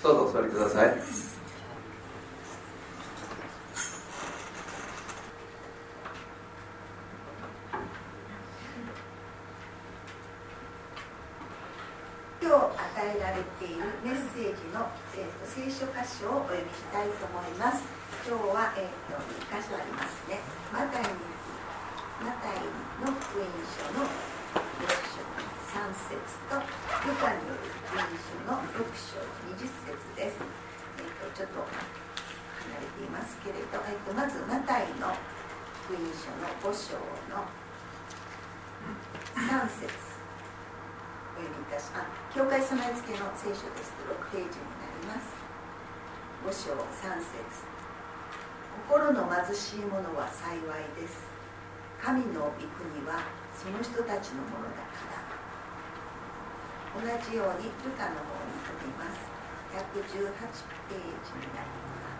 どうぞお座りください。 今日与えられているメッセージの、聖書箇所をお読みしたいと思います。今日は、2箇所ありますね。マタイの福音書の6章3節とルカによる福音書の6章20節です。ちょっと離れていますけれど、まずマタイの福音書の5章の3節お読みいたします。教会備え付けの聖書ですと6ページになります。5章3節、心の貧しい者は幸いです。神の御国はその人たちのものだから。同じようにルカの方に飛びます。118ページになります。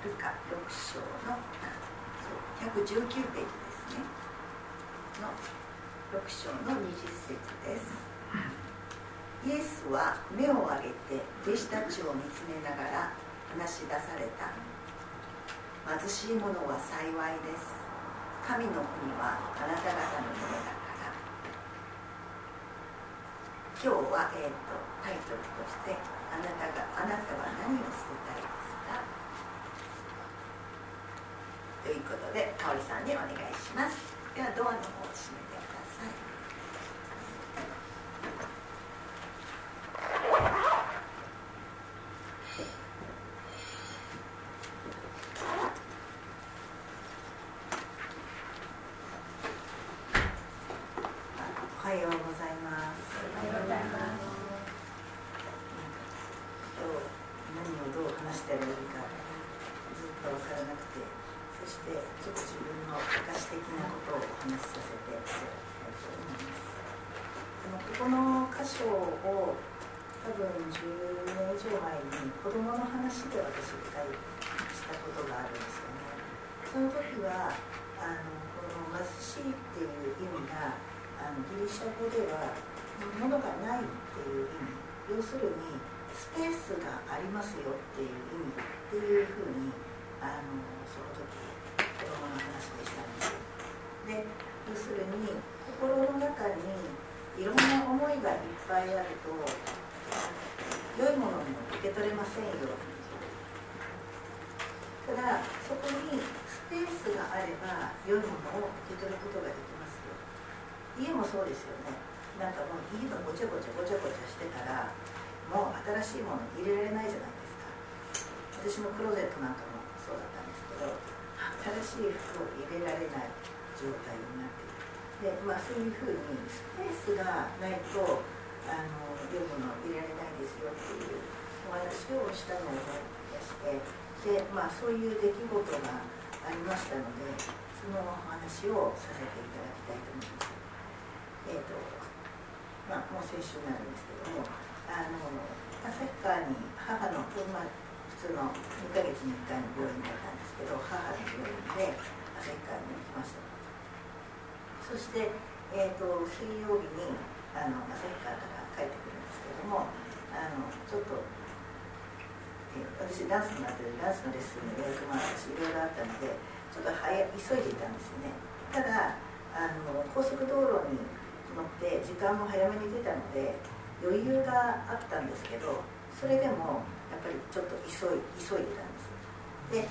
ルカ6章の119ページですねの6章の20節です。イエスは目を上げて弟子たちを見つめながら話し出された。貧しい者は幸いです。神の国はあなた方のものだから。今日は、タイトルとしてあなたは何を捨てたいですかということで、香織さんにお願いします。ではドアの方を閉めてください。おはようございます。おはようございます。今日何をどう話してるのかずっと分からなくて、そしてちょっと自分の証的なことをお話しさせていただきたいと思います。ここの箇所を多分10年以上前に子どもの話で私一回したことがあるんですよね。その時はこの貧しいっていう意味がギリシャ語では物がないっていう意味、要するにスペースがありますよっていう意味っていうふうにその時子供の話でしたんです。で、要するに心の中にいろんな思いがいっぱいあると良いものも受け取れませんよ。ただそこにスペースがあれば良いものを受け取ることができますよ。家もそうですよね。なんかもう家がごちゃごちゃしてたらもう新しいもの入れられないじゃないですか。私のクローゼットなんかもそうだったんですけど、新しい服を入れられない状態になっている。で、そういうふうにスペースがないと良いものを入れられないですよっていうお話をしたのを思い出して、で、そういう出来事がありましたので、そのお話をさせていただきたいと思います。もう先週になるんですけども、旭川に母の、普通の2ヶ月に1回の病院だったんですけど、母の病院で旭川に行きました。そして、水曜日に旭川から帰ってくるんですけども、ちょっと、私ダンスになってるダンスのレッスンの予約もあったしいろいろあったのでちょっと急いでいたんですよね。ただ高速道路に乗って時間も早めに出たので余裕があったんですけど、それでもやっぱりちょっと急いでたんです。で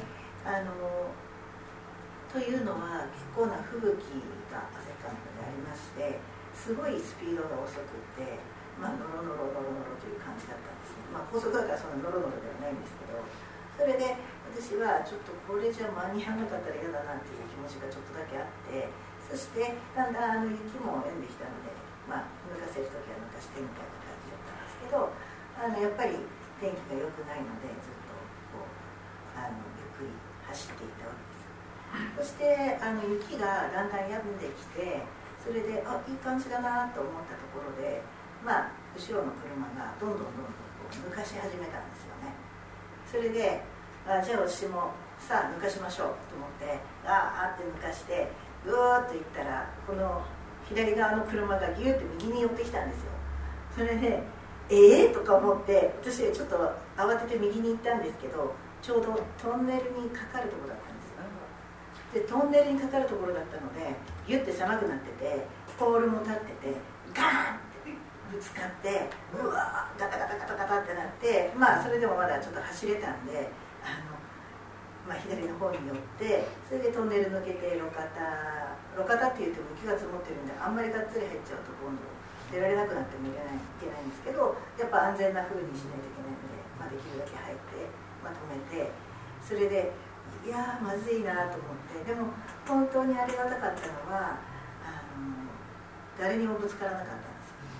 というのは結構な吹雪が旭川の方でありまして、すごいスピードが遅くってノロノロという感じだったんですね。高速だからそんなノロノロではないんですけど、それで私はちょっとこれじゃ間に合わなかったら嫌だなっていう気持ちがちょっとだけあって、そしてだんだん雪も止んできたので、抜かせるときは抜かしてみたいな感じだったんですけど、やっぱり天気が良くないのでずっとこうゆっくり走っていたわけです。そして雪がだんだん止んできて、それでいい感じだなと思ったところで、後ろの車がどんどんこう抜かし始めたんですよね。それでじゃあ私もさあ抜かしましょうと思ってって抜かしてぐーっと行ったら、この左側の車がギューって右に寄ってきたんですよ。それでとか思って、私はちょっと慌てて右に行ったんですけど、ちょうどトンネルにかかるところだったんですよ。でトンネルにかかるところだったので、ギュッて狭くなってて、ポールも立ってて、ガーンってぶつかって、うわーガタガタガタガタってなって、それでもまだちょっと走れたんで、左の方に寄って、それでトンネル抜けて路肩って言っても雪が積もってるんで、あんまりがっつり入っちゃうと今度出られなくなってもいけないんですけど、やっぱ安全な風にしないといけないので、できるだけ入って、止めて、それでいやーまずいなと思って、でも本当にありがたかったのは誰にもぶつからなかった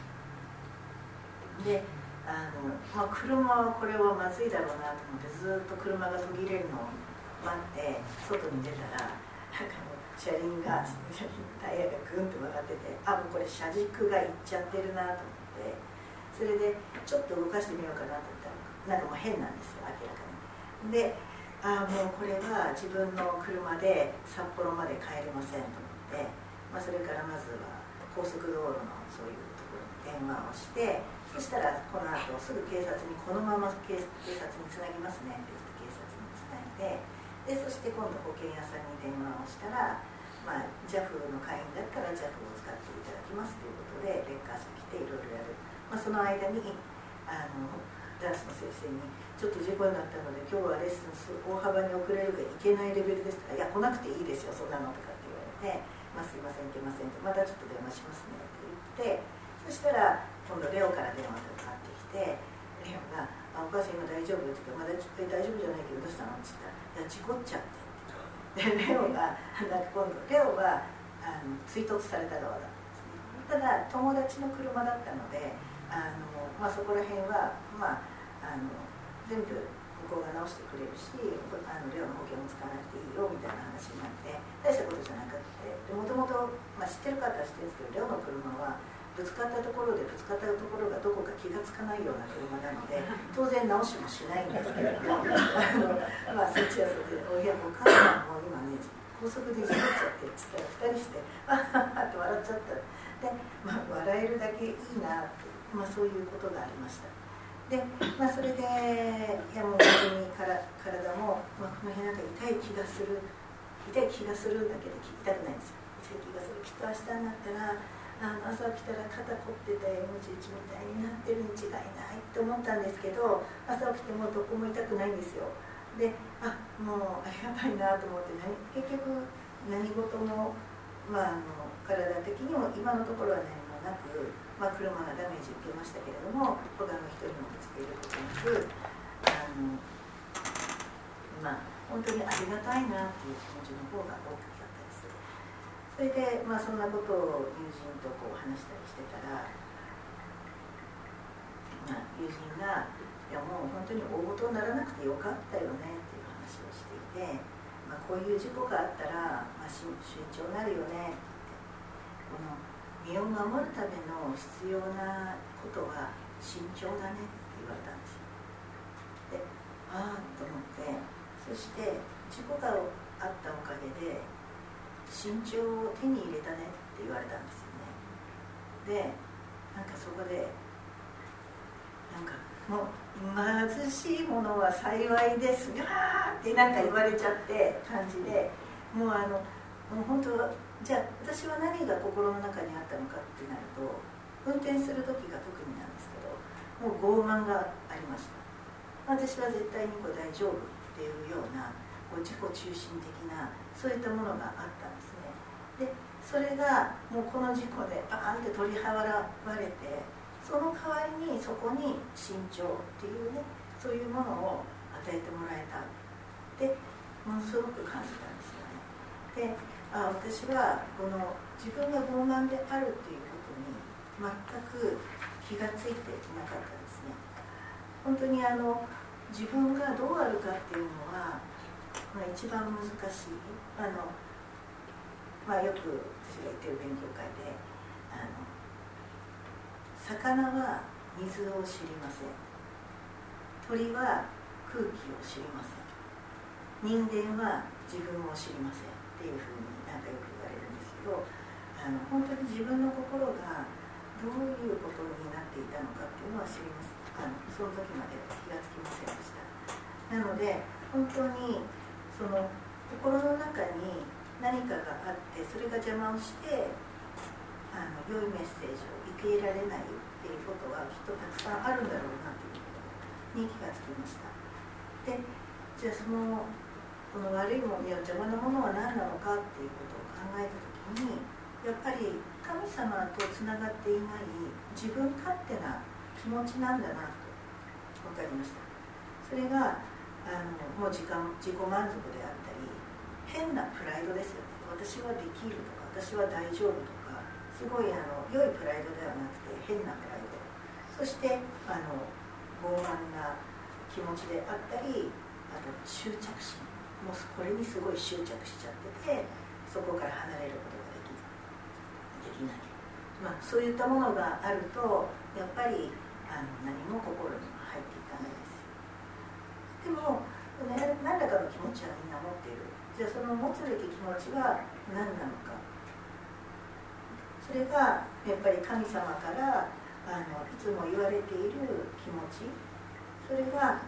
んです。で車はこれはまずいだろうなと思って、ずっと車が途切れるのを待って外に出たら、車輪タイヤがグンと曲がってて、もうこれ車軸がいっちゃってるなと思って、それでちょっと動かしてみようかなと思ったら、もう変なんですよ、明らかに。でもうこれは自分の車で札幌まで帰れませんと思って、それからまずは高速道路のそういうところに電話をして、そしたらこの後すぐ警察に、このまま警察につなぎますねって言って警察につないで、そして今度保険屋さんに電話をしたら、JAF の会員だったら JAF を使っていただきますということでレッカー車来ていろいろやる。その間にダンスの先生にちょっと事故になったので今日はレッスン大幅に遅れるがいけないレベルですとか、いや来なくていいですよそんなのとかって言われて、すいませんいけませんと、またちょっと電話しますねって言って、そしたら今度レオから電話がかかってきて、レオがお母さん今大丈夫って言って、まだちょっと大丈夫じゃないけどどうしたのって言ったら、いや事故っちゃってでレオが今度レオは追突された側だったんですね。ただ友達の車だったのでそこら辺は全部向こうが直してくれるし、レオの保険も使わなくていいよみたいな話になって、大したことじゃなくて、もともと知ってる方は知ってるんですけど、レオの車はぶつかったところでぶつかったところがどこか気がつかないような車なので、当然直しもしないんですけれどもそっちはそれで「お母さんも今ね高速で事故っちゃって」っつったら2人して「あはは」って笑っちゃった。で、笑えるだけいいなって、そういうことがありました。で、それでいやもう本当に体も、この辺なんか痛い気がするんだけど痛くないんですよ。痛い気がする、きっと明日になったら朝起きたら肩凝ってた M11 みたいになってるに違いないって思ったんですけど、朝起きてもどこも痛くないんですよ。で、もうありがたいなと思って、結局何事も、体的にも今のところは何もなく、車がダメージ受けましたけれども、他の人にもぶつけることなく、本当にありがたいなっていう気持ちの方が大きかったです。それで、そんなことを友人と話したりしてたら、友人が「いやもう本当に大事にならなくてよかったよね」っていう話をしていて、こういう事故があったら、慎重になるよねって言って、この身を守るための必要なことは慎重だねって言われたんですよ。で、と思って、そして事故があったおかげで慎重を手に入れたねって言われたんですよね。で、そこでもう貧しいものは幸いですって言われちゃって感じで、もう本当じゃあ私は何が心の中にあったのかってなると、運転する時が特になんですけど、もう傲慢がありました。私は絶対に大丈夫っていうような自己中心的なそういったものがあったんですね。でそれがもうこの事故でバーンって取り払われて、その代わりにそこに慎重っていうね、そういうものを与えてもらえたってものすごく感じたんですよね。で、私はこの自分が傲慢であるっていうことに全く気がついていなかったんですね。本当に自分がどうあるかっていうのは、一番難しい。よく私が言ってる勉強会で魚は水を知りません、鳥は空気を知りません、人間は自分を知りませんっていうふうによく言われるんですけど、 本当に自分の心がどういうことになっていたのかっていうのは知ります。その時まで気がつきませんでした。なので本当にその心の中に何かがあって、それが邪魔をして良いメッセージを受け入れられないっていうことはきっとたくさんあるんだろうなということに気がつきました。で、じゃあこの悪いものや邪魔なものは何なのかっていうことを考えたときに、やっぱり神様とつながっていない自分勝手な気持ちなんだなと分かりました。それがもう自己満足であったり、変なプライドですよね。私はできるとか、私は大丈夫とか、すごい良いプライドではなくて変なプライド、そして傲慢な気持ちであったり、あと執着心、もうこれにすごい執着しちゃってて、そこから離れることができない、そういったものがあるとやっぱり何も心には入っていかないですよ。でも、何らかの気持ちはみんな持っている。じゃあその持つべき気持ちは何なのか。それがやっぱり神様からいつも言われている気持ち、それが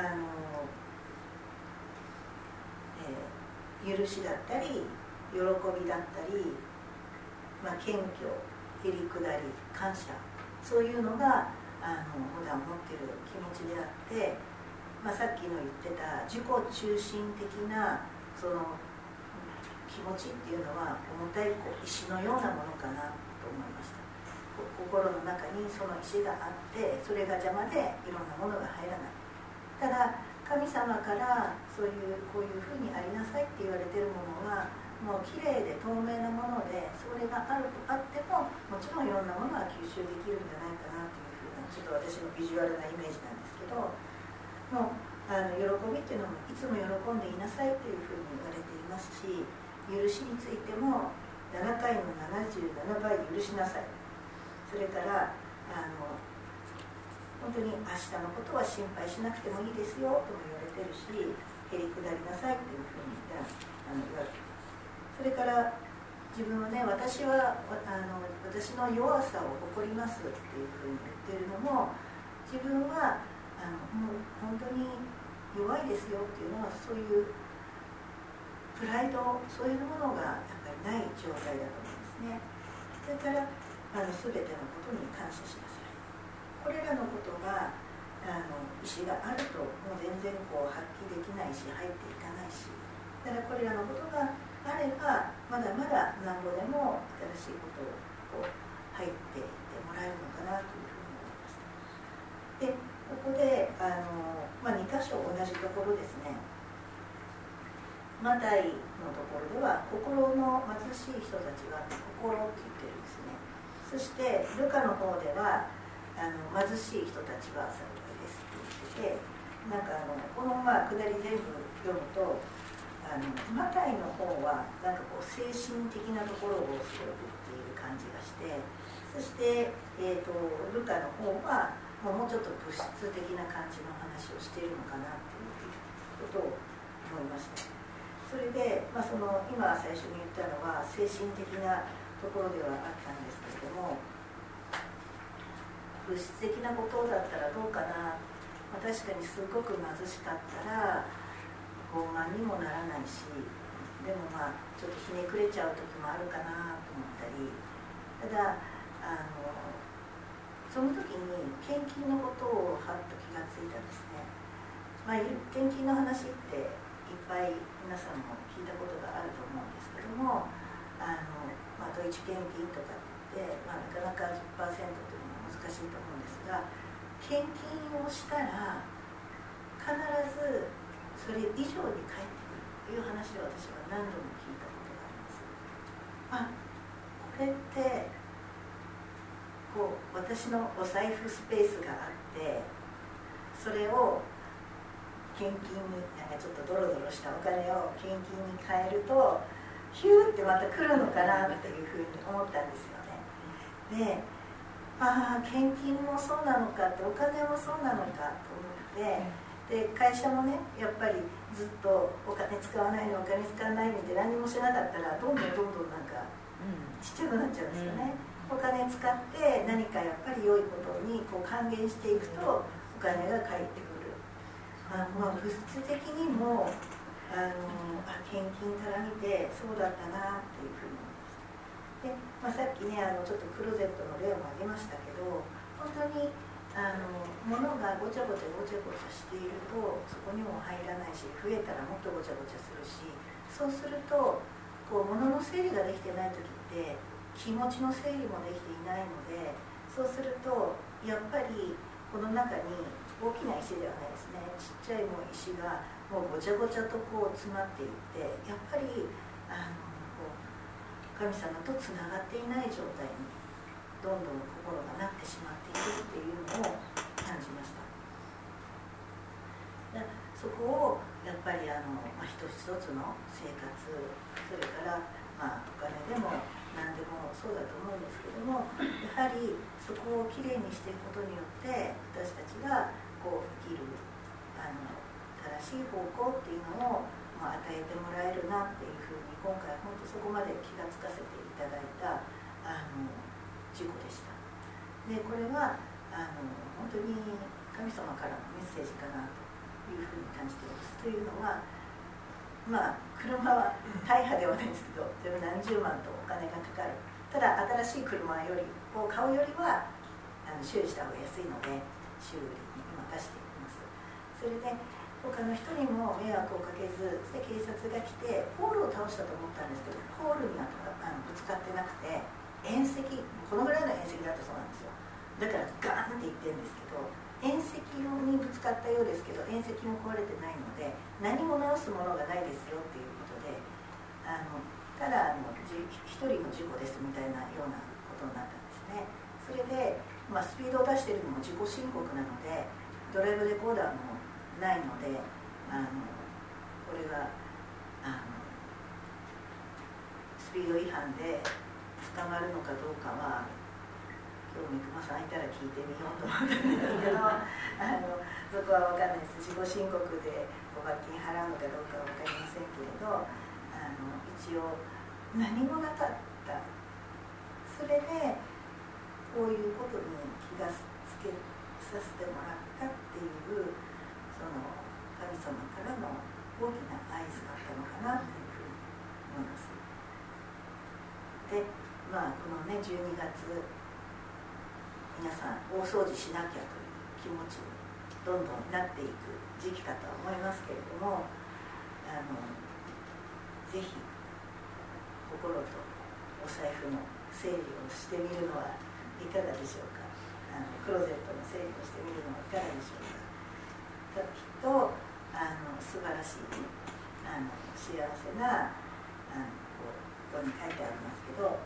許しだったり喜びだったり、謙虚、へりくだり、感謝、そういうのが普段持っている気持ちであって、さっきの言ってた自己中心的なその気持ちっていうのは重たい石のようなものかなと思いました。心の中にその石があって、それが邪魔でいろんなものが入らない。ただ神様からこういうふうにありなさいって言われているものはもうきれいで透明なもので、それがあってももちろんいろんなものは吸収できるんじゃないかなというふうな、ちょっと私のビジュアルなイメージなんですけど、もう喜びっていうのもいつも喜んでいなさいというふうに言われていますし、許しについても7回の77倍許しなさい。それから本当に明日のことは心配しなくてもいいですよとも言われてるし、へりくだりなさいというふうに言われている。それから自分はね、私の弱さを誇りますっていうふうに言ってるのも、自分はもう本当に弱いですよっていうのは、そういうプライド、そういうものがやっぱりない状態だと思うんですね。それから全てのことに感謝しなさい。これらのことが意思があるともう全然発揮できないし、入っていかないし、だからこれらのことがあればまだまだ何ぼでも新しいことを入っていってもらえるのかなというふうに思いました。で、ここで2箇所同じところですね。マタイのところでは心の貧しい人たちは心って言ってるんですね。そしてルカの方では貧しい人たちは幸いですって言ってて、この下り全部読むとマタイの方は精神的なところをすごく言っている感じがして、そして、ルカの方はもうちょっと物質的な感じの話をしているのかなということを思いました。それで、今最初に言ったのは精神的なところではあったんですけれども、物質的なことだったらどうかな、確かにすごく貧しかったら傲慢にもならないし、でもちょっとひねくれちゃう時もあるかなと思ったり、ただその時に献金のことをはっと気がついたんですね。献金の話っていっぱい皆さんも聞いたことがあると思うんですけども、ドイツ献金とかって、なかなか 10% というのは難しいと思うんですが、献金をしたら必ずそれ以上に返ってくるという話を私は何度も聞いたことがあります。これって私のお財布スペースがあって、それを献金にちょっとドロドロしたお金を献金に変えるとヒューってまた来るのかなっていうふうに思ったんですよね。で、献金もそうなのかって、お金もそうなのかと思って、で会社もね、やっぱりずっとお金使わないの、お金使わないのって何もしなかったらどんどんちっちゃくなっちゃうんですよね。お金使って何かやっぱり良いことにこう還元していくとお金が返ってくる。物質的にも献金から見てそうだったなっていうふうに思いました。で、さっきねちょっとクローゼットの例もありましたけど、本当に物がごちゃごちゃしているとそこにも入らないし、増えたらもっとごちゃごちゃするし、そうするとこう物の整理ができてない時って気持ちの整理もできていないので、そうするとやっぱりこの中に大きな石ではないですね、ちっちゃいもう石がもうごちゃごちゃとこう詰まっていって、やっぱりこう神様とつながっていない状態にどんどん心がなってしまっていくっていうのを感じました。そこをやっぱり一つ一つの生活、それからお金でも何でもそうだと思うんですけども、やはりそこをきれいにしていくことによって私たちがこう生きる正しい方向っていうのを与えてもらえるなっていうふうに、今回本当そこまで気がつかせていただいた事故でした。でこれは本当に神様からのメッセージかなというふうに感じています。というのは車は大破ではないんですけど、でも何十万とお金がかかる。ただ新しい車を買うよりは修理した方が安いので修理に今出しています。それで他の人にも迷惑をかけず、で警察が来てポールを倒したと思ったんですけど、ポールにはぶつかってなくて、縁石、このぐらいの縁石だったそうなんですよ。だからガーンっていってるんですけど、縁石にぶつかったようですけど、縁石も壊れてないので何も直すものがないですよっていうことで、ただ一人の事故ですみたいなようなことになったんですね。それで、スピードを出しているのも自己申告なので、ドライブレコーダーもないので、これがスピード違反で捕まるのかどうかは今日三熊さんいたら聞いてみようと思ったんですけどそこは分からないです。自己申告で罰金払うのかどうかは分かりませんけれど、一応何もなかった。それでこういうことに気がつけさせてもらったっていうその神様からの大きな合図だったのかなというふうに思います。で、このね12月皆さん大掃除しなきゃという気持ちにどんどんなっていく時期かとは思いますけれども、ぜひ心とお財布の整理をしてみるのはいかがでしょうか。クローゼットの整理をしてみるのはいかがでしょうか。きっと素晴らしい幸せなここに書いてありますけど、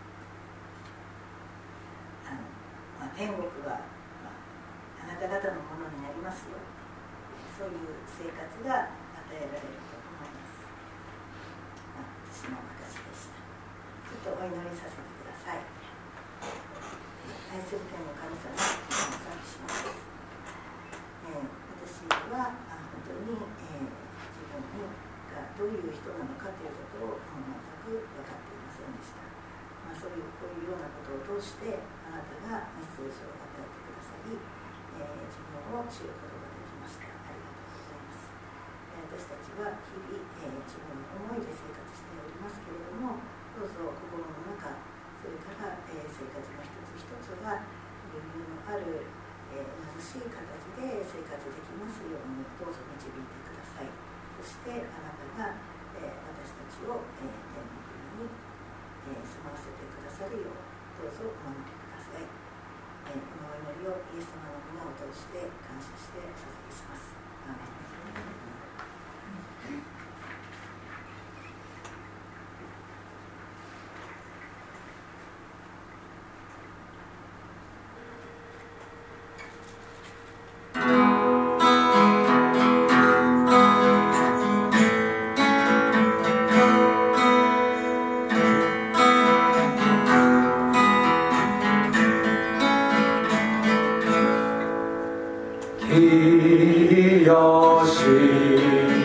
天国は、あなた方のものになりますよ、そういう生活が与えられると思います。私の証でした。ちょっとお祈りさせてください。愛する天の神様、お賛美します。私は本当に、自分がどういう人なのかということを全く分かっていませんでした。そういうこういうようなことを通してあなたがメッセージを与えてくださり、自分を知ることができました。ありがとうございます。私たちは日々、自分の思いで生活しておりますけれども、どうぞ心の中、それから、生活の一つ一つが余裕のある、貧しい形で生活できますようにどうぞ導いてください。そしてあなたが、私たちを、天の国に住まわせてくださるようどうぞお守りください。このお祈りをイエス様の皆を通して感謝してお捧げします。アーメン。 清し